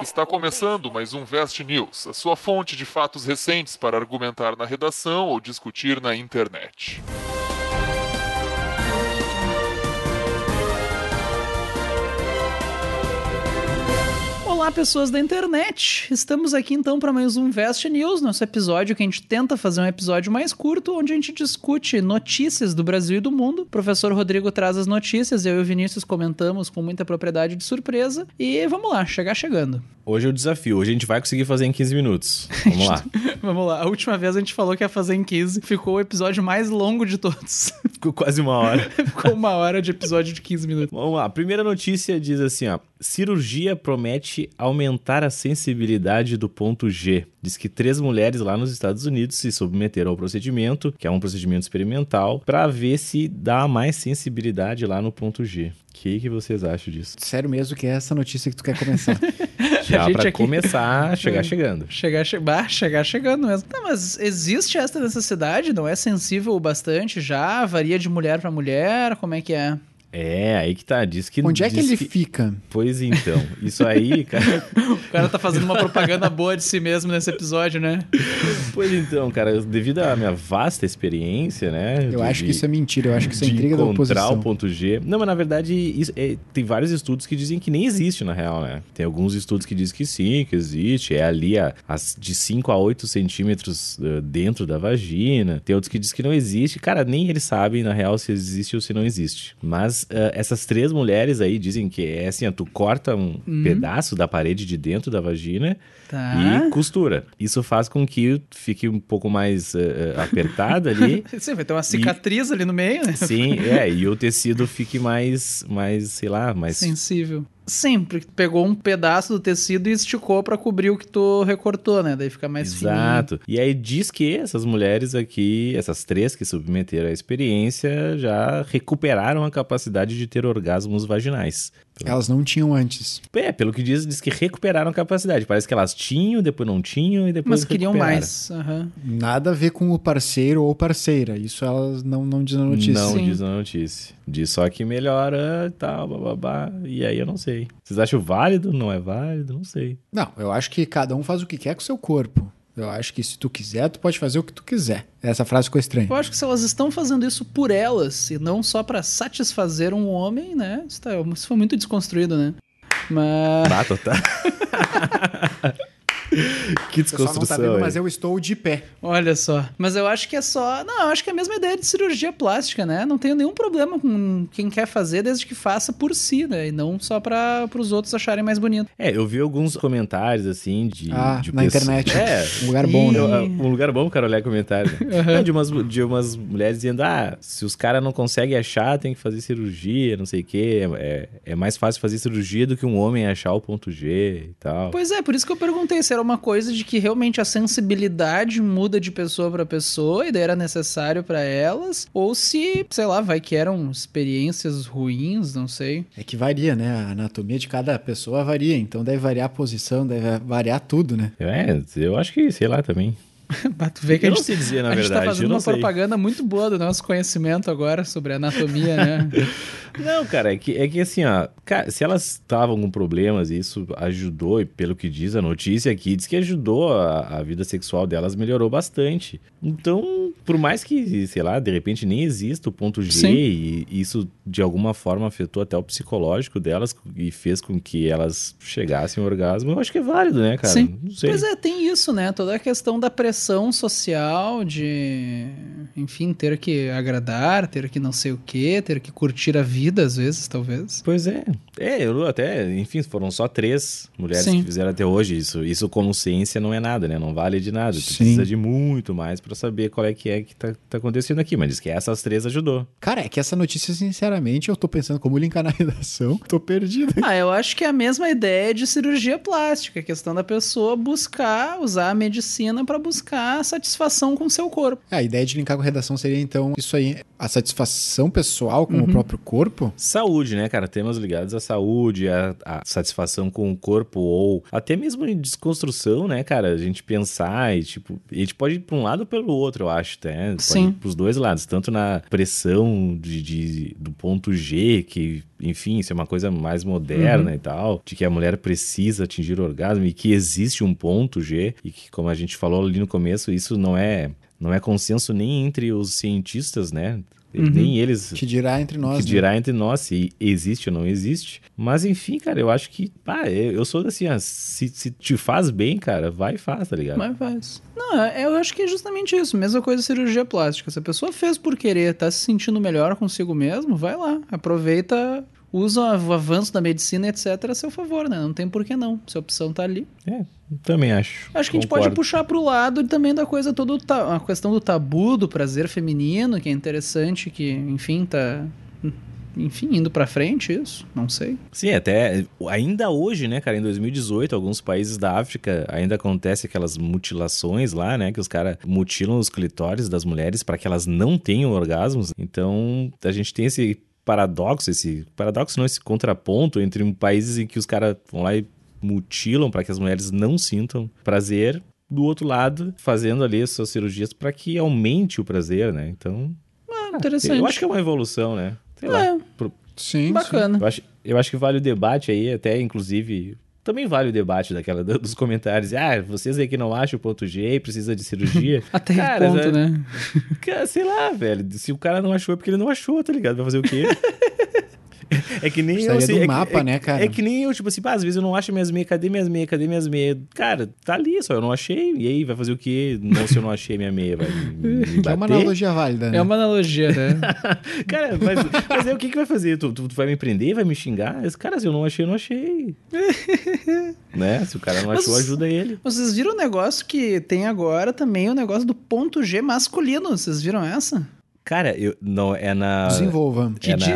Está começando mais um Vest News, a sua fonte de fatos recentes para argumentar na redação ou discutir na internet. Olá, pessoas da internet! Estamos aqui então para mais um Vest News, nosso episódio que a gente tenta fazer um episódio mais curto, onde a gente discute notícias do Brasil e do mundo. O professor Rodrigo traz as notícias, eu e o Vinícius comentamos com muita propriedade de surpresa. E vamos lá, chegando. Hoje é o desafio, hoje a gente vai conseguir fazer em 15 minutos. Vamos lá. Vamos lá, a última vez a gente falou que ia fazer em 15, ficou o episódio mais longo de todos. Ficou quase uma hora. Ficou uma hora de episódio de 15 minutos. Vamos lá, a primeira notícia diz assim, ó. Cirurgia promete aumentar a sensibilidade do ponto G. Diz que 3 mulheres lá nos Estados Unidos se submeteram ao procedimento, que é um procedimento experimental, para ver se dá mais sensibilidade lá no ponto G. O que vocês acham disso? Sério mesmo que é essa notícia que tu quer começar? Já pra começar, chegar chegando. Chegar chegando mesmo. Tá, mas existe essa necessidade? Não é sensível o bastante já? Varia de mulher pra mulher? Como é que é? É, aí que tá, diz que... Onde é que ele fica? Pois então, isso aí, cara... O cara tá fazendo uma propaganda boa de si mesmo nesse episódio, né? Pois então, cara, devido à minha vasta experiência, né... Eu acho que isso é mentira, eu acho que isso é intriga da oposição. Encontrar o ponto G... Não, mas na verdade, tem vários estudos que dizem que nem existe, na real, né? Tem alguns estudos que dizem que sim, que existe, é ali de 5 a 8 centímetros dentro da vagina. Tem outros que dizem que não existe. Cara, nem eles sabem, na real, se existe ou se não existe. Mas essas 3 mulheres aí dizem que é assim, tu corta um pedaço da parede de dentro da vagina e costura. Isso faz com que fique um pouco mais apertado ali. Sim, vai ter uma cicatriz ali no meio, né? Sim, e o tecido fique mais, sei lá, mais... sensível. Sempre pegou um pedaço do tecido e esticou pra cobrir o que tu recortou, né? Daí fica mais fininho. Exato. E aí diz que essas mulheres aqui, essas 3 que submeteram à experiência, já recuperaram a capacidade de ter orgasmos vaginais. Elas não tinham antes. Pelo que diz que recuperaram a capacidade. Parece que elas tinham, depois não tinham e depois mas queriam mais. Uhum. Nada a ver com o parceiro ou parceira. Isso elas não diz na notícia. Não diz na notícia. Diz só que melhora e tal, bababá. E aí eu não sei. Vocês acham válido? Não é válido? Não sei. Não, eu acho que cada um faz o que quer com o seu corpo. Eu acho que se tu quiser, tu pode fazer o que tu quiser. Essa frase ficou estranha. Eu acho que se elas estão fazendo isso por elas e não só pra satisfazer um homem, né? Isso foi muito desconstruído, né? Mas... tá. Que desconstrução. Você só não tá vendo, mas eu estou de pé. Olha só. Mas eu acho que é só... Não, eu acho que é a mesma ideia de cirurgia plástica, né? Não tenho nenhum problema com quem quer fazer, desde que faça por si, né? E não só para os outros acharem mais bonito. Eu vi alguns comentários, assim, de na internet. Um lugar bom, né? Um lugar bom, cara, olhar comentário. Né? De umas mulheres dizendo, se os caras não conseguem achar, tem que fazer cirurgia, não sei o quê. É mais fácil fazer cirurgia do que um homem achar o ponto G e tal. Pois é, por isso que eu perguntei se era uma coisa de que realmente a sensibilidade muda de pessoa para pessoa e daí era necessário para elas, ou se, sei lá, vai que eram experiências ruins, não sei. É que varia, né? A anatomia de cada pessoa varia, então deve variar a posição, deve variar tudo, né? Eu acho que, sei lá, também. Tu vê que eu não sei dizer, na verdade. A gente tá fazendo uma propaganda muito boa do nosso conhecimento agora sobre anatomia, né? Não, cara, é que assim, ó, cara, se elas estavam com problemas, isso ajudou, e pelo que diz a notícia aqui, diz que ajudou a vida sexual delas, melhorou bastante. Então, por mais que, sei lá, de repente nem exista o ponto G, sim, e isso de alguma forma afetou até o psicológico delas e fez com que elas chegassem ao orgasmo, eu acho que é válido, né, cara? Sim. Não sei. Pois tem isso, né? Toda a questão da pressão social de, enfim, ter que agradar, ter que não sei o quê, ter que curtir a vida, às vezes, talvez. Pois é. Eu até, enfim, foram só 3 mulheres, sim, que fizeram até hoje. Isso como ciência não é nada, né? Não vale de nada. Tu precisa de muito mais pra saber qual é que tá acontecendo aqui. Mas diz que essas 3 ajudou. Cara, é que essa notícia, sinceramente, eu tô pensando como linkar na redação. Tô perdido. Eu acho que é a mesma ideia de cirurgia plástica. A questão da pessoa usar a medicina pra buscar satisfação com o seu corpo. A ideia de linkar com a redação seria, então, isso aí, a satisfação pessoal com o próprio corpo, corpo? Saúde, né, cara? Temas ligados à saúde, à satisfação com o corpo, ou até mesmo em desconstrução, né, cara? A gente pensar e, tipo, a gente pode ir pra um lado ou pelo outro, eu acho, né? Pode Sim. ir pros dois lados, tanto na pressão do ponto G, que, enfim, isso é uma coisa mais moderna e tal, de que a mulher precisa atingir o orgasmo e que existe um ponto G, e que, como a gente falou ali no começo, isso não é consenso nem entre os cientistas, né? Nem eles... Que dirá entre nós, Que dirá entre nós se existe ou não existe. Mas, enfim, cara, eu acho que... eu sou assim, se te faz bem, cara, vai e faz, tá ligado? Mas faz. Não, eu acho que é justamente isso. Mesma coisa cirurgia plástica. Se a pessoa fez por querer, tá se sentindo melhor consigo mesmo, vai lá. Aproveita, usa o avanço da medicina, etc. a seu favor, né? Não tem por que não. Se a opção tá ali. Também acho. Acho que a gente pode puxar pro lado também da coisa toda, a questão do tabu, do prazer feminino, que é interessante, que, enfim, tá... Enfim, indo pra frente isso, não sei. Sim, até ainda hoje, né, cara, em 2018, alguns países da África ainda acontece aquelas mutilações lá, né, que os caras mutilam os clitóris das mulheres para que elas não tenham orgasmos. Então, a gente tem esse paradoxo não, esse contraponto entre países em que os caras vão lá e mutilam para que as mulheres não sintam prazer, do outro lado, fazendo ali as suas cirurgias para que aumente o prazer, né? Então, Interessante. eu acho que é uma evolução, né? Sei lá. Sim, Bacana. Eu acho que vale o debate aí, até inclusive... Também vale o debate dos comentários. Vocês aí que não acham o ponto G, precisa de cirurgia. Até que ponto, né? Cara, sei lá, velho. Se o cara não achou, é porque ele não achou, tá ligado? Vai fazer o quê? É que nem eu, assim, mapa, né, cara? É que nem eu, tipo assim, às vezes eu não acho minhas meias, cadê minhas meias? Cara, tá ali só, eu não achei. E aí, vai fazer o quê? Não, se eu não achei minha meia, vai me bater? É uma analogia válida, né? É uma analogia, né? Cara, mas aí o que vai fazer? Tu vai me prender, vai me xingar? Cara, se eu não achei, eu não achei. Né? Se o cara não achou, ajuda ele. Vocês viram o negócio que tem agora também, o negócio do ponto G masculino? Vocês viram essa? Cara, não, é na... Desenvolva.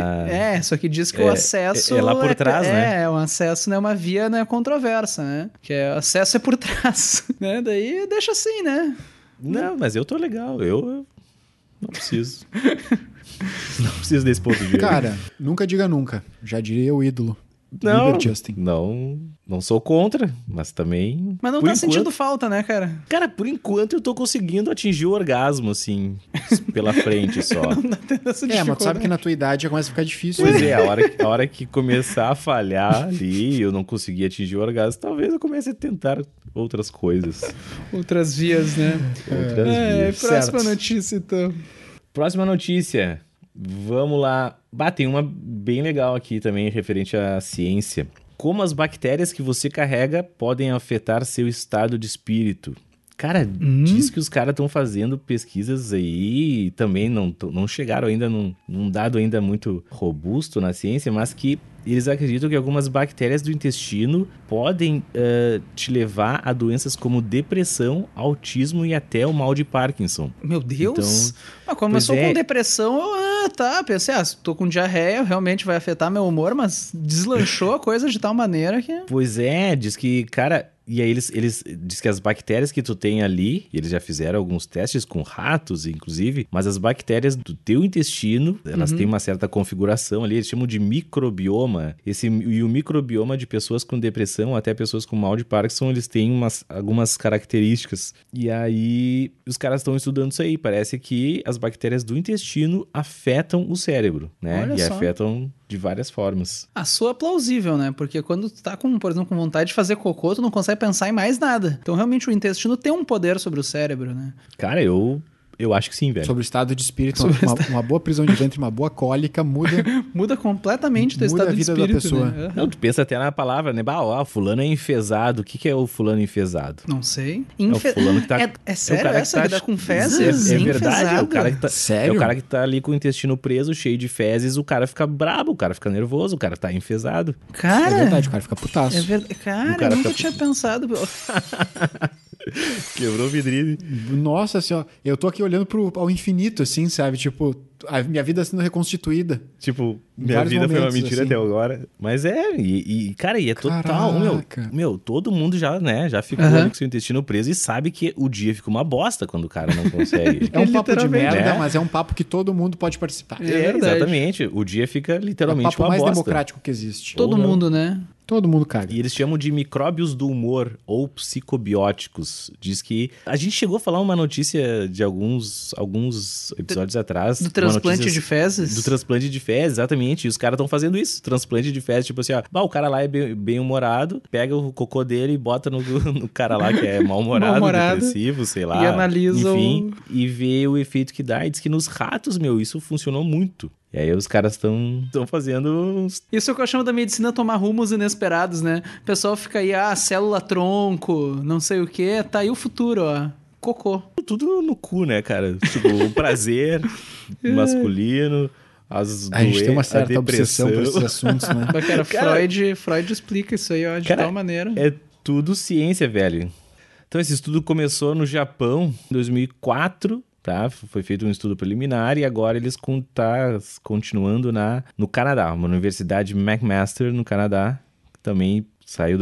Só que diz que o acesso... É lá por trás, né? O acesso não é uma via, né, controversa, né? Que o acesso é por trás, né? Daí deixa assim, né? Não, mas eu tô legal, eu não preciso. Não preciso desse ponto de vista. Cara, nunca diga nunca. Já diria o ídolo. Não, Bieber Justin. não sou contra, mas também... Mas não tá sentindo falta, né, cara? Cara, por enquanto eu tô conseguindo atingir o orgasmo, assim, pela frente só. Não tá tendo essa Mas tu sabe dificuldade. que na tua idade já começa a ficar difícil. Pois né? a hora que começar a falhar ali e eu não conseguir atingir o orgasmo, talvez eu comece a tentar outras coisas. Outras vias, né? Outras vias. Próxima Certo. notícia, então. Próxima notícia. Vamos lá. Tem uma bem legal aqui também, referente à ciência. Como as bactérias que você carrega podem afetar seu estado de espírito. Cara, diz que os caras estão fazendo pesquisas aí e também não chegaram ainda num dado ainda muito robusto na ciência, mas que eles acreditam que algumas bactérias do intestino podem te levar a doenças como depressão, autismo e até o mal de Parkinson. Meu Deus! Então, Mas começou pois é. com depressão, pensei, se tô com diarreia, realmente vai afetar meu humor, mas deslanchou a coisa de tal maneira que... Pois é, diz que, cara... E aí eles diz que as bactérias que tu tem ali, e eles já fizeram alguns testes com ratos, inclusive, mas as bactérias do teu intestino, elas têm uma certa configuração ali, eles chamam de microbioma. E o microbioma de pessoas com depressão, até pessoas com mal de Parkinson, eles têm algumas características. E aí os caras estão estudando isso aí. Parece que as bactérias do intestino afetam o cérebro, né? Olha e só. afetam de várias formas. A sua é plausível, né? Porque quando tu tá com, por exemplo, com vontade de fazer cocô, tu não consegue pensar em mais nada. Então, realmente, o intestino tem um poder sobre o cérebro, né? Cara, eu acho que sim, velho. Sobre o estado de espírito, uma boa prisão de ventre, uma boa cólica Muda completamente teu Muda estado a de vida da espírito, pessoa. né? Não, tu pensa até na palavra, né? Fulano é enfesado. O que é o fulano enfesado? Não sei. É o fulano que tá... É sério cara essa que dá com fezes? É verdade, é o Enfesado? cara que tá... Sério? É o cara que tá ali com o intestino preso, cheio de fezes, o cara fica brabo, o cara fica nervoso, o cara tá enfesado. Cara... É verdade, o cara fica putaço. Cara, O cara eu nunca fica- tinha pensado. Quebrou o vidrinho. Nossa senhora, eu tô aqui olhando ao infinito, assim, sabe? Tipo, a minha vida sendo reconstituída. Tipo, Em minha vários vida foi uma momentos, mentira assim. até agora. Mas cara, e é total, Caraca. meu, todo mundo já ficou Aham. ali com seu intestino preso e sabe que o dia fica uma bosta quando o cara não consegue. É um papo de Literalmente, merda, né? mas é um papo que todo mundo pode participar. É verdade. Exatamente. O dia fica É o literalmente papo uma mais bosta. democrático que existe. Todo Ou não. mundo, né? Todo mundo caga. E eles chamam de micróbios do humor ou psicobióticos. Diz que a gente chegou a falar uma notícia de alguns episódios atrás. Do transplante uma notícia de fezes? Do transplante de fezes, exatamente. E os caras estão fazendo isso. Transplante de fezes, tipo assim, ó. O cara lá é bem humorado, pega o cocô dele e bota no cara lá que é mal-humorado, Mal-humorado. depressivo, sei lá. E analisa enfim, e vê o efeito que dá. E diz que nos ratos, meu, isso funcionou muito. E aí os caras estão fazendo uns... Isso é o que eu chamo da medicina tomar rumos inesperados, né? O pessoal fica aí, célula tronco, não sei o quê. Tá aí o futuro, ó. Cocô. tudo no cu, né, cara? Tipo, o prazer masculino, A gente tem uma certa obsessão por esses assuntos, né? Mas, cara, Freud explica isso aí, ó, de Cara, tal maneira. É tudo ciência, velho. Então, esse estudo começou no Japão em 2004, tá? Foi feito um estudo preliminar e agora eles tá continuando no Canadá, uma universidade McMaster no Canadá, que também saiu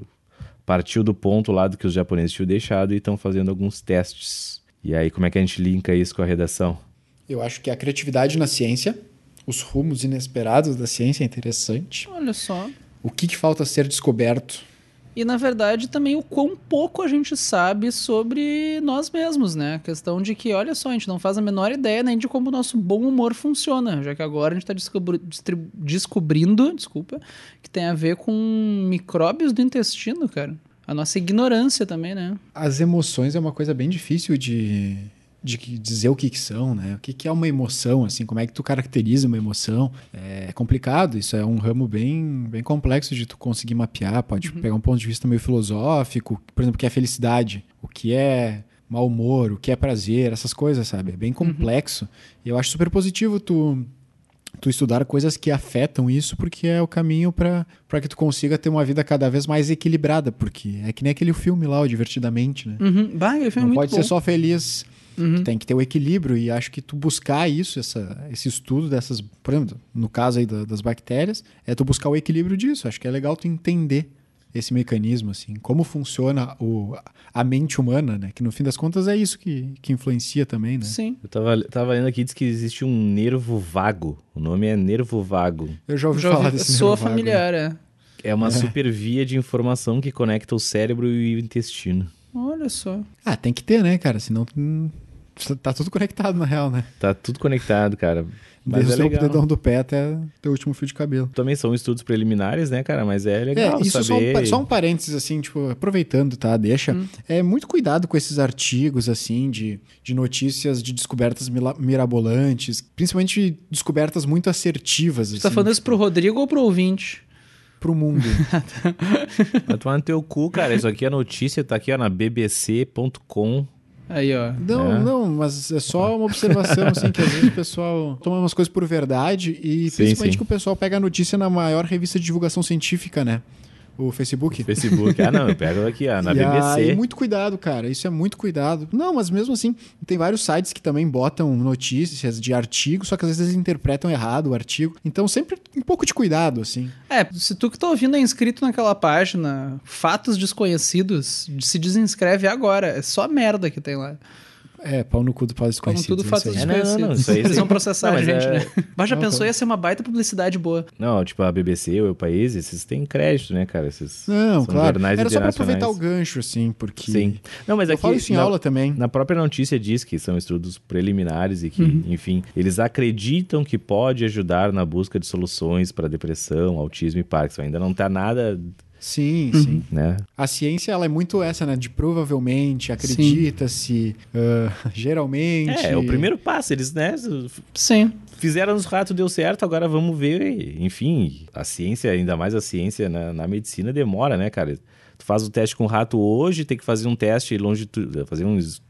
partiu do ponto lá do que os japoneses tinham deixado e estão fazendo alguns testes. E aí, como é que a gente linka isso com a redação? Eu acho que a criatividade na ciência, os rumos inesperados da ciência é interessante. Olha só. O que falta ser descoberto? E, na verdade, também o quão pouco a gente sabe sobre nós mesmos, né? A questão de que, olha só, a gente não faz a menor ideia nem de como o nosso bom humor funciona, já que agora a gente está descobrindo, que tem a ver com micróbios do intestino, cara. A nossa ignorância também, né? As emoções é uma coisa bem difícil de dizer o que são, né? O que é uma emoção, assim, como é que tu caracteriza uma emoção? É complicado, isso é um ramo bem complexo de tu conseguir mapear, pode pegar um ponto de vista meio filosófico, por exemplo, o que é felicidade, o que é mau humor, o que é prazer, essas coisas, sabe? É bem complexo. E eu acho super positivo tu estudar coisas que afetam isso, porque é o caminho para que tu consiga ter uma vida cada vez mais equilibrada, porque é que nem aquele filme lá, o Divertidamente, né? Uhum. Bah, ele foi Não muito pode bom. ser só feliz. Uhum. Tem que ter o equilíbrio e acho que tu buscar isso, esse estudo dessas, por exemplo, no caso aí das bactérias, é tu buscar o equilíbrio disso. Acho que é legal tu entender esse mecanismo, assim, como funciona a mente humana, né? Que no fim das contas é isso que influencia também, né? Sim. Eu tava lendo aqui, diz que existe um nervo vago. O nome é nervo vago. Eu já ouvi falar desse Soa nervo vago, familiar, é. É uma supervia de informação que conecta o cérebro e o intestino. Olha só. Ah, tem que ter, né, cara? Senão tá tudo conectado, na real, né? Tá tudo conectado, cara. Mas Desde é o seu legal. dedão do pé até o teu último fio de cabelo. Também são estudos preliminares, né, cara? Mas é legal Isso saber. só um parênteses, assim, tipo, aproveitando, tá? Deixa. É muito cuidado com esses artigos, assim, de notícias de descobertas mirabolantes, principalmente descobertas muito assertivas, Você tá assim, falando isso pro Rodrigo ou pro ouvinte? pro mundo. Vai tomar no teu cu, cara. Isso aqui é notícia, tá aqui ó, na bbc.com. Aí, ó. Não, mas é só uma observação, assim, que às vezes o pessoal toma umas coisas por verdade e Sim, principalmente sim. que o pessoal pega a notícia na maior revista de divulgação científica, né? O Facebook. Facebook. Ah, não, eu pego aqui, ó, na E BBC. aí, muito cuidado, cara. Isso é muito cuidado. Não, mas mesmo assim, tem vários sites que também botam notícias de artigos, só que às vezes eles interpretam errado o artigo. Então, sempre um pouco de cuidado, assim. Se tu que tá ouvindo é inscrito naquela página Fatos Desconhecidos, se desinscreve agora. É só merda que tem lá. Pau no cu do pau Como desconhecido. tudo fatos aí. desconhecidos. Não, isso aí Eles sim. vão processar Não, a mas gente, é- né? Mas já Não, pensou, tá. ia ser uma baita publicidade boa. Não, tipo a BBC ou o País, esses têm crédito, né, cara? Esses Não, são claro. jornais Era só pra internacionais. aproveitar o gancho, assim, porque... Sim. Não, mas Eu aqui falo isso em aula também. na própria notícia diz que são estudos preliminares e que, enfim, eles acreditam que pode ajudar na busca de soluções para depressão, autismo e Parkinson. Ainda não tá nada, Sim, sim. né? A ciência, ela é muito essa, né? De provavelmente, acredita-se, geralmente... É o primeiro passo, eles, né? Sim. Fizeram nos ratos, deu certo, agora vamos ver. Enfim, a ciência, ainda mais a ciência na medicina, demora, né, cara? Tu faz o teste com rato hoje, tem que fazer um teste fazer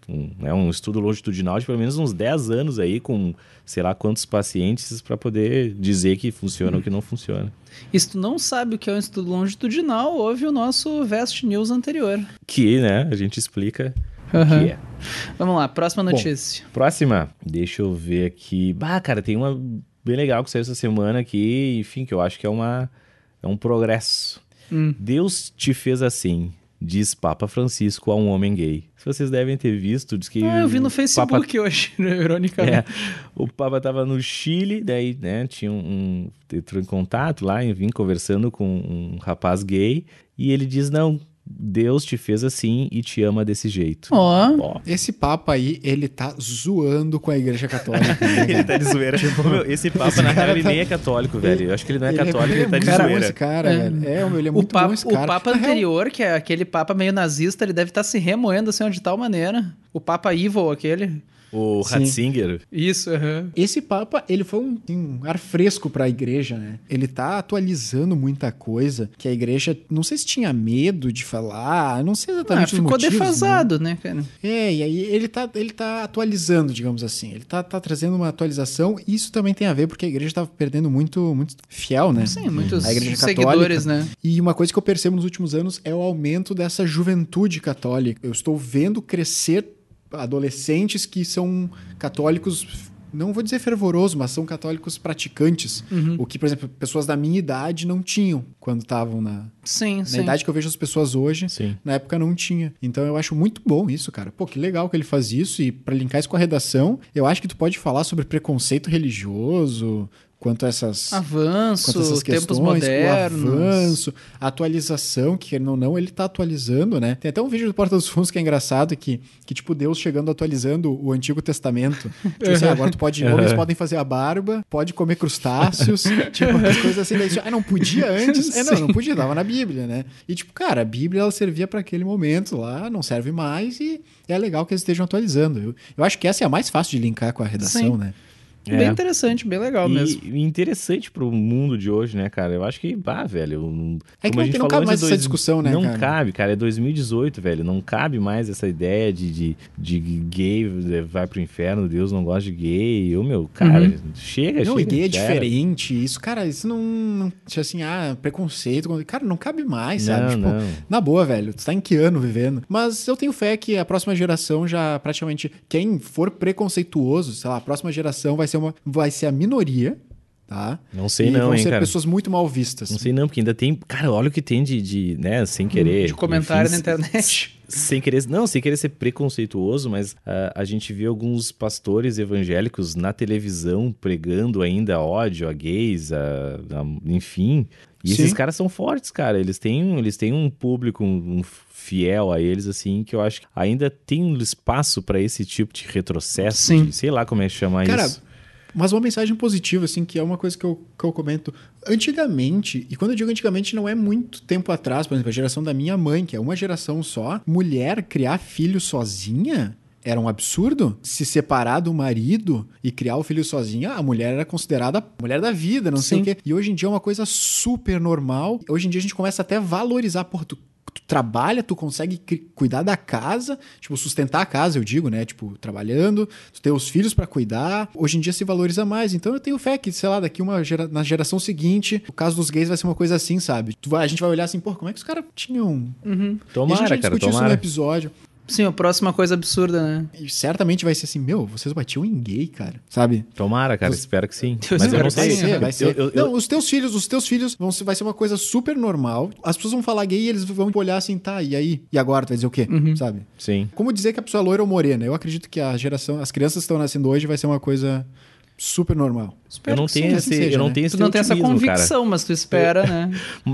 um estudo longitudinal de pelo menos uns 10 anos aí, com sei lá quantos pacientes, para poder dizer que funciona ou que não funciona. E se tu não sabe o que é um estudo longitudinal, ouve o nosso Vest News anterior. Que, né, a gente explica o que é. Vamos lá, próxima notícia. Bom, próxima, deixa eu ver aqui. Cara, tem uma bem legal que saiu essa semana aqui, enfim, que eu acho que é um progresso. Deus te fez assim, diz Papa Francisco a um homem gay. Se vocês devem ter visto, diz que... eu vi no Facebook hoje, ironicamente. O Papa tava no Chile, daí, né, entrou em contato lá, vim conversando com um rapaz gay, e ele diz, não, Deus te fez assim e te ama desse jeito. Esse Papa aí, ele tá zoando com a Igreja Católica. Né, ele tá de zoeira. Esse Papa, na real, ele nem é católico, velho. Eu acho que ele não é católico, ele tá de zoeira. Esse cara, velho. Ele é muito bom esse cara. O Papa anterior, que é aquele Papa meio nazista, ele deve estar se remoendo assim de tal maneira. O Papa Evil, aquele... O Ratzinger. Isso, Esse Papa, ele foi um ar fresco pra igreja, né? Ele tá atualizando muita coisa que a igreja, não sei se tinha medo de falar, não sei exatamente os motivos. Ficou defasado, né, cara? E aí ele tá atualizando, digamos assim. Ele tá trazendo uma atualização, e isso também tem a ver porque a igreja tá perdendo muito fiel, né? Sim, muitos a igreja seguidores, católica, né? E uma coisa que eu percebo nos últimos anos é o aumento dessa juventude católica. Eu estou vendo crescer adolescentes que são católicos, não vou dizer fervorosos, mas são católicos praticantes. O que, por exemplo, pessoas da minha idade não tinham quando estavam na idade que eu vejo as pessoas hoje. Sim. Na época não tinha. Então eu acho muito bom isso, cara. Pô, que legal que ele faz isso. E pra linkar isso com a redação, eu acho que tu pode falar sobre preconceito religioso, quanto a essas questões, tempos modernos, o avanço, a atualização, que querendo ou não, ele tá atualizando, né? Tem até um vídeo do Porta dos Fundos que é engraçado, que tipo, Deus chegando atualizando o Antigo Testamento. Tipo assim, agora homens podem fazer a barba, pode comer crustáceos, tipo, as coisas assim. Daí, não podia antes? Não podia, tava na Bíblia, né? E tipo, cara, a Bíblia, ela servia para aquele momento lá, não serve mais, e é legal que eles estejam atualizando. Eu acho que essa é a mais fácil de linkar com a redação, né? Bem interessante, bem legal mesmo. E interessante pro mundo de hoje, né, cara? Eu acho que, velho... É que não cabe mais essa discussão, né, não cara? Não cabe, cara. É 2018, velho. Não cabe mais essa ideia de gay vai pro inferno, Deus não gosta de gay. Cara, chega. Não, e gay é diferente. Isso, cara, isso não... Assim, preconceito. Cara, não cabe mais, sabe? Tipo, na boa, velho. Tu tá em que ano vivendo? Mas eu tenho fé que a próxima geração já praticamente... Quem for preconceituoso, sei lá, a próxima geração vai ser a minoria, tá? Não sei e não, vão hein, ser cara. pessoas muito mal vistas. Não sei não, porque ainda tem... Cara, olha o que tem de né, sem querer... De comentário na internet. Sem querer ser preconceituoso, mas a gente vê alguns pastores evangélicos na televisão pregando ainda ódio a gays, enfim... E esses caras são fortes, cara. Eles têm um público, um fiel a eles, assim, que eu acho que ainda tem um espaço para esse tipo de retrocesso. Sei lá como é que chama isso. Mas uma mensagem positiva, assim, que é uma coisa que eu comento. Antigamente, e quando eu digo antigamente, não é muito tempo atrás, por exemplo, a geração da minha mãe, que é uma geração só, mulher criar filho sozinha... Era um absurdo. Se separar do marido e criar o filho sozinha, a mulher era considerada a mulher da vida, não sei o quê. E hoje em dia é uma coisa super normal. Hoje em dia a gente começa até a valorizar. Tu trabalha, tu consegue cuidar da casa, tipo, sustentar a casa, eu digo, né? Tipo, trabalhando, tu tem os filhos pra cuidar. Hoje em dia se valoriza mais. Então eu tenho fé que, sei lá, daqui na geração seguinte, o caso dos gays vai ser uma coisa assim, sabe? A gente vai olhar assim, como é que os caras tinham... Tomara, e a gente discutiu isso no episódio. Sim, a próxima coisa absurda, né? E certamente vai ser assim, vocês batiam em gay, cara, sabe? Tomara, cara, espero que sim. Mas eu não sei. Vai ser. Não, os teus filhos vai ser uma coisa super normal. As pessoas vão falar gay e eles vão olhar assim, tá, e aí? E agora? Tu vai dizer o quê? Sabe? Sim. Como dizer que a pessoa é loira ou morena? Eu acredito que as crianças que estão nascendo hoje vai ser uma coisa super normal. Eu não tenho esse Tu não tem essa convicção, cara. Mas tu espera, né?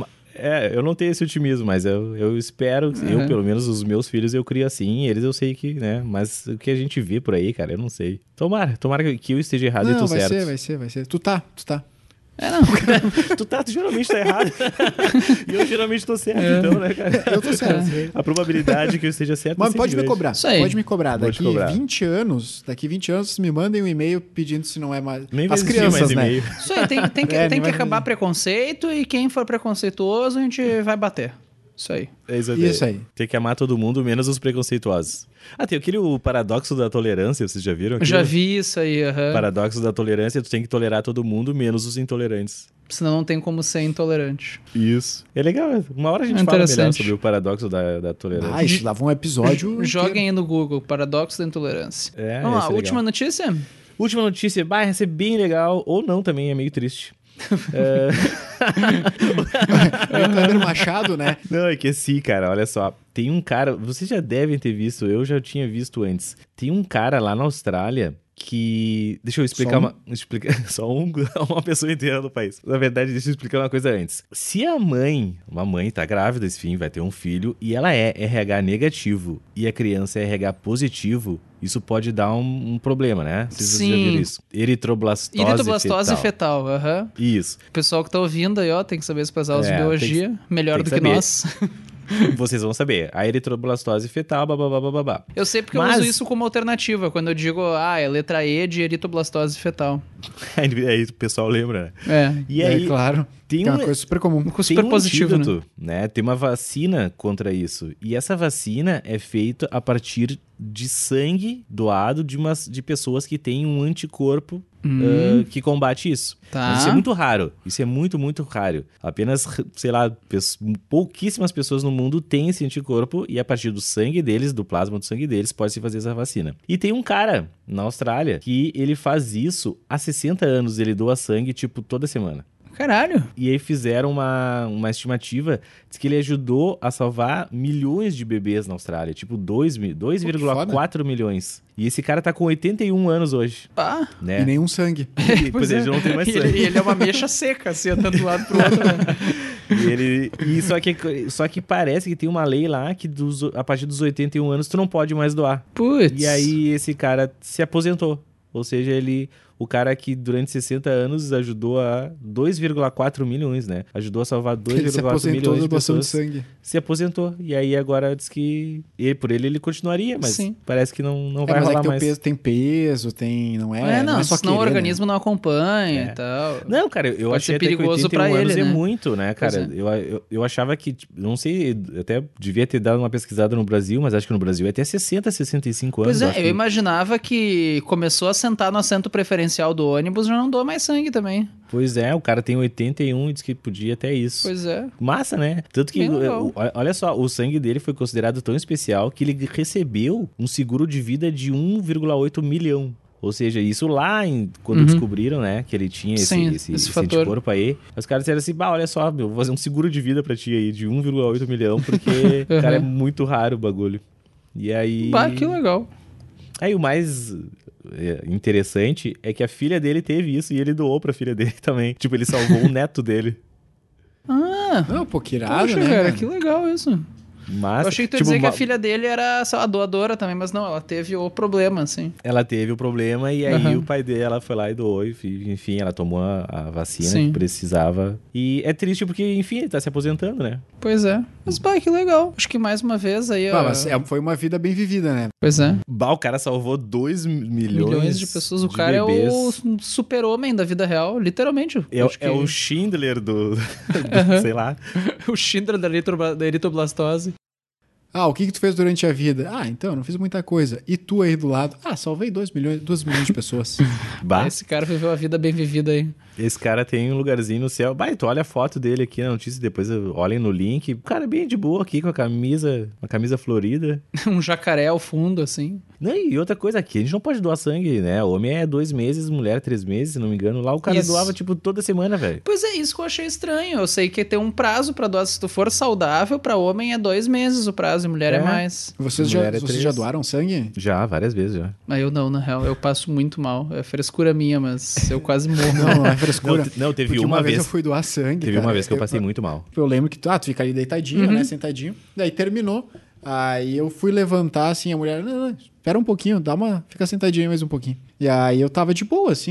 Eu não tenho esse otimismo, mas eu espero, eu, pelo menos os meus filhos, eu crio assim, eles eu sei que, né, mas o que a gente vê por aí, cara, eu não sei. Tomara que eu esteja errado e tu certo. Vai ser. Tu tá. Tu geralmente tá errado. E eu geralmente tô certo, então, né, cara? Eu tô certo. A probabilidade que eu esteja certo Mas é sempre pode me grande. cobrar. Isso aí. Pode me cobrar. Vou te Daqui cobrar. 20 anos, me mandem um e-mail pedindo se não é mais. Nem vai As existir crianças, mais né? e-mail. Isso aí, tem que, É, tem nem que vai acabar fazer. preconceito e quem for preconceituoso a gente vai bater. Isso aí. É Isso aí. Tem que amar todo mundo, menos os preconceituosos. Tem o paradoxo da tolerância, vocês já viram? Eu já vi isso aí, aham. Paradoxo da tolerância, tu tem que tolerar todo mundo, menos os intolerantes. Senão não tem como ser intolerante. Isso. É legal. Uma hora a gente fala melhor Interessante. sobre o paradoxo da tolerância. Ah, isso dava um episódio. Joguem aí no Google, Paradoxo da Intolerância. É, Vamos lá, esse é última legal. notícia? Última notícia, vai ser bem legal, ou não também, é meio triste. Alexandre Machado, né? Não, é que sim, cara, olha só. Tem um cara, vocês já devem ter visto, eu já tinha visto antes. Tem um cara lá na Austrália que... Deixa eu explicar só uma pessoa inteira no país. Na verdade, deixa eu explicar uma coisa antes. Se uma mãe tá grávida, enfim, vai ter um filho, e ela é RH negativo, e a criança é RH positivo, isso pode dar um problema, né? Vocês já viram isso? Eritroblastose fetal, aham. Isso. O pessoal que tá ouvindo aí, ó, tem que saber expressar os biologia melhor do tem que que nós. Vocês vão saber. A eritroblastose fetal, babá. Eu sei porque eu uso isso como alternativa, quando eu digo, é letra E de eritroblastose fetal. Aí o pessoal lembra, né? É. E aí, claro. tem É uma coisa super comum. Super positivo, antídoto, né? Tem uma vacina contra isso. E essa vacina é feita a partir de sangue doado de pessoas que têm um anticorpo que combate isso. Tá. Mas isso é muito raro. Isso é muito, muito raro. Apenas, sei lá, pouquíssimas pessoas no mundo têm esse anticorpo e a partir do sangue deles, do plasma do sangue deles, pode-se fazer essa vacina. E tem um cara na Austrália que ele faz isso há 60 anos. Ele doa sangue, tipo, toda semana. Caralho. E aí fizeram uma estimativa, diz que ele ajudou a salvar milhões de bebês na Austrália, tipo 2,4 milhões. E esse cara tá com 81 anos hoje, Ah. né? E nenhum sangue. Pois ele já não tem mais sangue. E ele é uma mecha seca, assim, andando de um lado pro outro, né? Só que parece que tem uma lei lá que a partir dos 81 anos tu não pode mais doar. Putz. E aí esse cara se aposentou. Ou seja, o cara que durante 60 anos ajudou a 2,4 milhões, né? Ajudou a salvar 2,4 milhões de doação pessoas. de sangue. Se aposentou. E aí agora diz que por ele continuaria, mas Sim. parece que não vai Mas rolar é que mais. tem peso, não é. Não, é só senão o querer, organismo não acompanha É. e tal. Não, cara, eu Pode achei ser até que perigoso 81 pra anos ele, é né? muito, né, cara? Eu achava que, não sei, até devia ter dado uma pesquisada no Brasil, mas acho que no Brasil é até 60, 65 anos. Pois é, acho eu que... imaginava que começou a sentar no assento preferencial do ônibus, já não doa mais sangue também. Pois é, o cara tem 81 e diz que podia até isso. Pois é. Massa, né? Tanto que, Bem legal. olha só, o sangue dele foi considerado tão especial que ele recebeu um seguro de vida de 1,8 milhão. Ou seja, isso lá quando descobriram, né, que ele tinha esse fator. anticorpo aí, os caras disseram assim, olha só, eu vou fazer um seguro de vida pra ti aí de 1,8 milhão, porque, cara, é muito raro o bagulho. E aí... Que legal. Aí o mais interessante é que a filha dele teve isso e ele doou pra filha dele também. Tipo, ele salvou o neto dele. Não, pô, que irado, Poxa, né? cara, que legal isso. Mas, Eu achei que tu ia dizer que a filha dele era só a doadora também, mas não, ela teve o problema, assim. Ela teve o problema e aí o pai dela foi lá e doou. Enfim, ela tomou a vacina Sim. que precisava. E é triste porque, enfim, ele tá se aposentando, né? Pois é. Mas, que legal. Acho que mais uma vez aí... Mas foi uma vida bem vivida, né? Pois é. O cara salvou 2 Milhões de pessoas. O cara bebês. é o super-homem da vida real, literalmente. É o Schindler do sei lá. O Schindler da eritoblastose. O que tu fez durante a vida? Então, não fiz muita coisa. E tu aí do lado? Salvei 2 milhões de pessoas. Esse cara viveu a vida bem vivida aí. Esse cara tem um lugarzinho no céu. Tu olha a foto dele aqui na notícia, depois olhem no link. O cara é bem de boa aqui com uma camisa florida. Um jacaré ao fundo, assim. Não, e outra coisa aqui, a gente não pode doar sangue, né? Homem é 2 meses, mulher 3 meses, se não me engano. Lá o cara doava, tipo, toda semana, velho. Pois é, isso que eu achei estranho. Eu sei que tem um prazo pra doar. Se tu for saudável, pra homem é 2 meses o prazo e mulher é mais. Vocês já doaram sangue? Já, várias vezes já. Mas eu não, na real. Eu passo muito mal. É frescura minha, mas eu quase morro. Não é frescura. Não, teve Porque uma vez. Eu fui doar sangue. Teve uma vez que eu passei muito mal. Eu lembro que tu fica ali deitadinho, né? Sentadinho. Daí terminou. Aí eu fui levantar, assim, a mulher... Não, espera um pouquinho, fica sentadinho aí mais um pouquinho. E aí eu tava de boa, assim.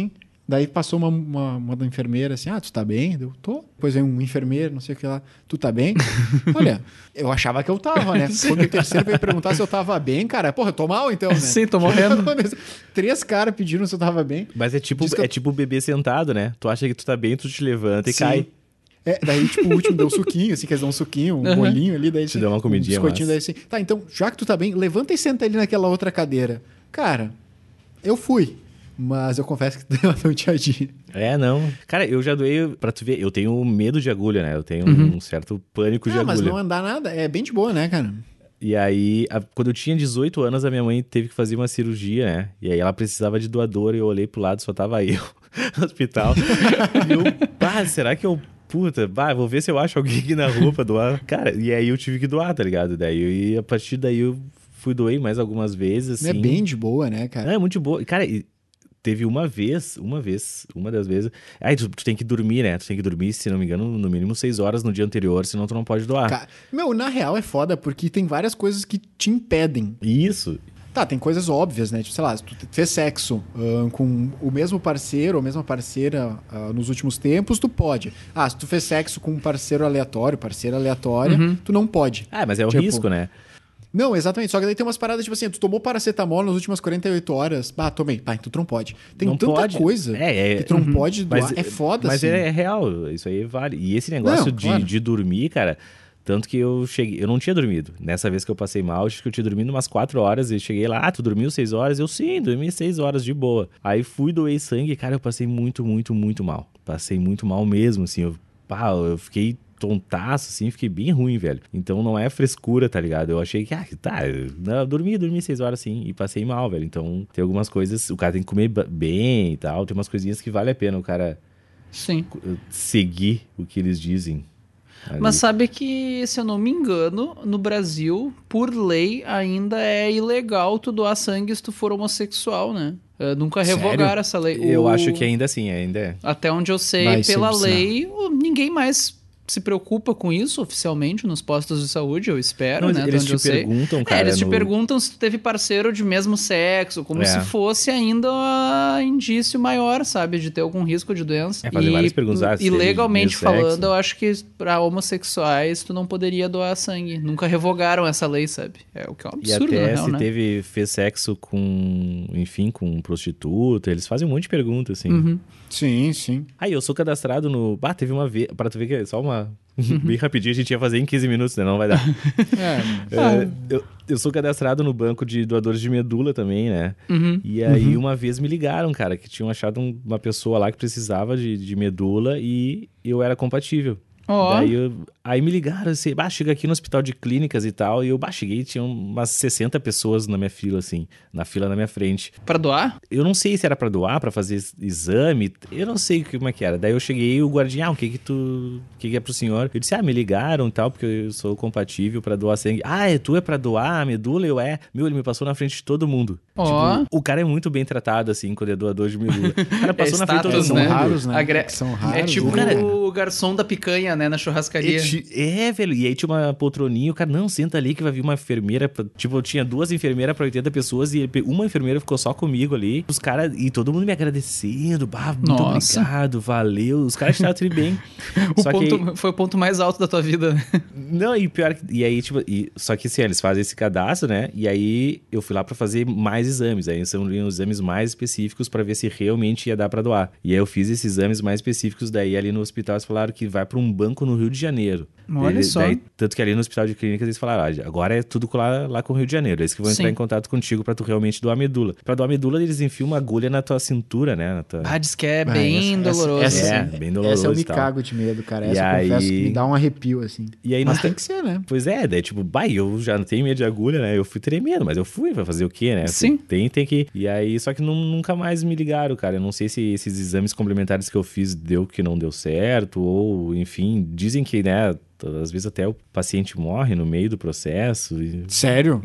Daí passou uma enfermeira assim, tu tá bem? Eu tô. Depois vem um enfermeiro, não sei o que lá, tu tá bem? Olha, eu achava que eu tava, né? Quando o terceiro veio perguntar se eu tava bem, cara, porra, eu tô mal então, né? Sim, tô morrendo. 3 caras pediram se eu tava bem. Mas é tipo o bebê sentado, né? Tu acha que tu tá bem, tu te levanta e Sim. cai. Daí, tipo, o último deu suquinho, assim, que eles dão um suquinho, um bolinho ali, daí te dá uma comidinha, um biscoitinho, daí assim, tá, então, já que tu tá bem, levanta e senta ali naquela outra cadeira. Cara, eu fui, mas eu confesso que deu uma tonteadinha. Não. Cara, eu já doei, pra tu ver, eu tenho medo de agulha, né? Eu tenho um certo pânico de agulha. Mas não andar nada, é bem de boa, né, cara? E aí, quando eu tinha 18 anos, a minha mãe teve que fazer uma cirurgia, né? E aí ela precisava de doador e eu olhei pro lado, só tava eu no hospital. E eu, será que eu... Puta, vou ver se eu acho alguém aqui na rua pra doar. Cara, e aí eu tive que doar, tá ligado? Daí, a partir daí eu fui doei mais algumas vezes, assim. É bem de boa, né, cara? É muito de boa. Cara, teve uma das vezes... Aí tu tem que dormir, né? Tu tem que dormir, se não me engano, no mínimo 6 horas no dia anterior, senão tu não pode doar. Na real é foda, porque tem várias coisas que te impedem. Isso. Tá, tem coisas óbvias, né? Tipo, sei lá, se tu fez sexo com o mesmo parceiro ou a mesma parceira nos últimos tempos, tu pode. Se tu fez sexo com um parceira aleatória, tu não pode. Mas é o risco, né? Não, exatamente. Só que daí tem umas paradas, tipo assim, tu tomou paracetamol nas últimas 48 horas. Tomei. Então tu não pode. Tem não tanta pode. coisa que tu não pode doar. É foda, mas assim. Mas é real. Isso aí vale. E esse negócio de dormir, cara... Tanto que eu não tinha dormido. Nessa vez que eu passei mal, acho que eu tinha dormido umas 4 horas e cheguei lá, tu dormiu 6 horas? Eu sim, dormi 6 horas de boa. Aí fui, doei sangue, cara, eu passei muito, muito, muito mal. Passei muito mal mesmo, assim, eu fiquei tontaço, assim, fiquei bem ruim, velho. Então não é frescura, tá ligado? Eu achei que, eu dormi 6 horas, sim, e passei mal, velho. Então tem algumas coisas, o cara tem que comer bem e tal, tem umas coisinhas que vale a pena o cara seguir o que eles dizem. Ali. Mas sabe que, se eu não me engano, no Brasil, por lei, ainda é ilegal tu doar sangue se tu for homossexual, né? Nunca revogaram essa lei. Eu acho que ainda assim, ainda é. Até onde eu sei, pela lei, ninguém mais se preocupa com isso oficialmente nos postos de saúde, eu espero, né? Eles te perguntam, cara. Eles te perguntam se tu teve parceiro de mesmo sexo, como se fosse ainda indício maior, sabe? De ter algum risco de doença. Fazer várias perguntas. E legalmente falando, eu acho que pra homossexuais tu não poderia doar sangue. Nunca revogaram essa lei, sabe? É o que é um absurdo, e até na real, se fez sexo com prostituta, eles fazem um monte de perguntas, assim. Uhum. Sim. Aí eu sou cadastrado no... Teve uma vez... Pra tu ver que é só uma... Bem rapidinho, a gente ia fazer em 15 minutos, né? Não vai dar. Eu sou cadastrado no banco de doadores de medula também, né? E aí uma vez me ligaram, cara, que tinham achado uma pessoa lá que precisava de medula e eu era compatível. Daí aí me ligaram assim, chega aqui no hospital de clínicas e tal, e eu cheguei e tinha umas 60 pessoas na minha fila, assim, na fila na minha frente. Pra doar? Eu não sei se era pra doar, pra fazer exame, eu não sei como é que era. Daí eu cheguei e o guardião, o que é pro senhor? Eu disse, me ligaram e tal, porque eu sou compatível pra doar sangue. Tu é pra doar a medula? Ele me passou na frente de todo mundo. Tipo, o cara é muito bem tratado, assim, quando é doador de medula. O cara passou na frente de todo mundo. São raros, né? São raros. É tipo o garçom da picanha, né, na churrascaria. Velho, e aí tinha uma poltroninha, o cara, não, senta ali que vai vir uma enfermeira, eu tinha 2 enfermeiras pra 80 pessoas e uma enfermeira ficou só comigo ali, os caras, e todo mundo me agradecendo, muito obrigado, valeu, os caras estavam tudo bem. Foi o ponto mais alto da tua vida. Não, e pior, e aí, só que assim, eles fazem esse cadastro, né, e aí eu fui lá pra fazer mais exames, aí são os exames mais específicos pra ver se realmente ia dar pra doar. E aí eu fiz esses exames mais específicos, daí ali no hospital eles falaram que vai pra um banco no Rio de Janeiro. Olha só. Daí, tanto que ali no hospital de clínicas eles falaram, agora é tudo lá com o Rio de Janeiro. Eles que vão entrar em contato contigo pra tu realmente doar a medula. Pra doar a medula, eles enfiam uma agulha na tua cintura, né? Diz que é bem doloroso. Bem doloroso. Essa eu me cago de medo, cara. Essa eu confesso que me dá um arrepio, assim. E aí, mas tem que ser, né? Pois é, daí eu já não tenho medo de agulha, né? Eu fui tremendo, mas eu fui, vai fazer o quê, né? Sim. Tem que... E aí, só que nunca mais me ligaram, cara. Eu não sei se esses exames complementares que eu fiz deu que não deu certo, ou, enfim, dizem que, né... Às vezes até o paciente morre no meio do processo. Sério?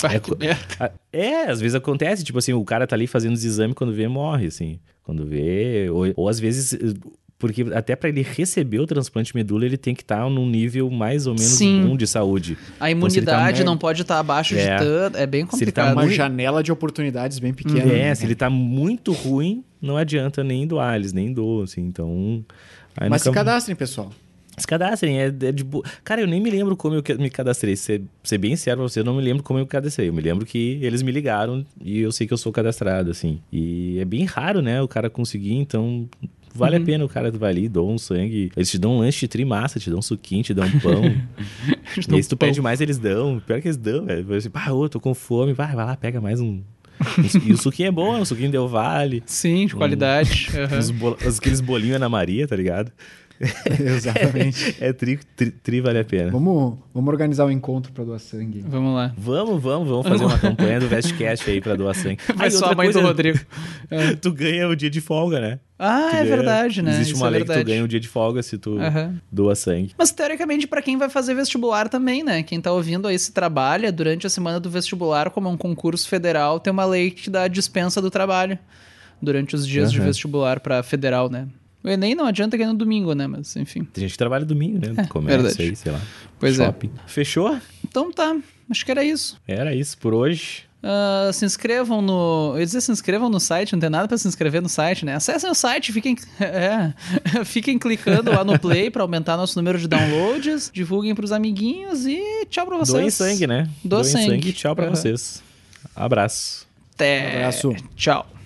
Às vezes acontece, tipo assim, o cara tá ali fazendo os exames, quando vê, morre, assim. Quando vê, ou às vezes... Porque até para ele receber o transplante de medula, ele tem que estar num nível mais ou menos bom de saúde. A imunidade não pode estar abaixo de tanto. É bem complicado. Uma janela de oportunidades bem pequena. Se ele tá muito ruim, não adianta nem doar, eles nem doam, assim, então... Mas se cadastrem, pessoal. Se cadastrem, é de boa. Cara, eu nem me lembro como eu me cadastrei. Ser bem sério pra você, eu não me lembro como eu me cadastrei. Eu me lembro que eles me ligaram e eu sei que eu sou cadastrado, assim. E é bem raro, né, o cara conseguir, então... Vale a pena o cara vai ali, doa um sangue. Eles te dão um lanche de trimassa, te dão um suquinho, te dão um pão. E aí se tu pede mais, eles dão. Pior que eles dão, velho. Assim, eu tô com fome. Vai lá, pega mais um... E o suquinho é bom, o suquinho Del Vale. Sim, de qualidade. Aqueles bolinhos Ana Maria, tá ligado? Exatamente. Tri vale a pena. Vamos organizar um encontro pra doar sangue. Vamos lá. Vamos fazer uma campanha do Vestcast aí pra doar sangue. Vai só a mãe do Rodrigo. Tu ganha o dia de folga, né? Verdade, né? Existe uma lei que tu ganha um dia de folga se tu doa sangue. Mas teoricamente pra quem vai fazer vestibular também, né? Quem tá ouvindo aí se trabalha durante a semana do vestibular, como é um concurso federal, tem uma lei que te dá a dispensa do trabalho durante os dias de vestibular pra federal, né? O Enem não adianta que é no domingo, né? Mas, enfim. Tem gente que trabalha domingo, né? Comércio verdade. aí, sei lá. Pois shopping. Fechou? Então tá. Acho que era isso. Era isso por hoje. Se inscrevam no... Eu ia dizer, se inscrevam no site. Não tem nada pra se inscrever no site, né? Acessem o site, fiquem clicando lá no play pra aumentar nosso número de downloads. Divulguem pros amiguinhos e tchau pra vocês. Doem sangue, né? Doem sangue. Tchau pra vocês. Abraço. Até. Abraço. Tchau.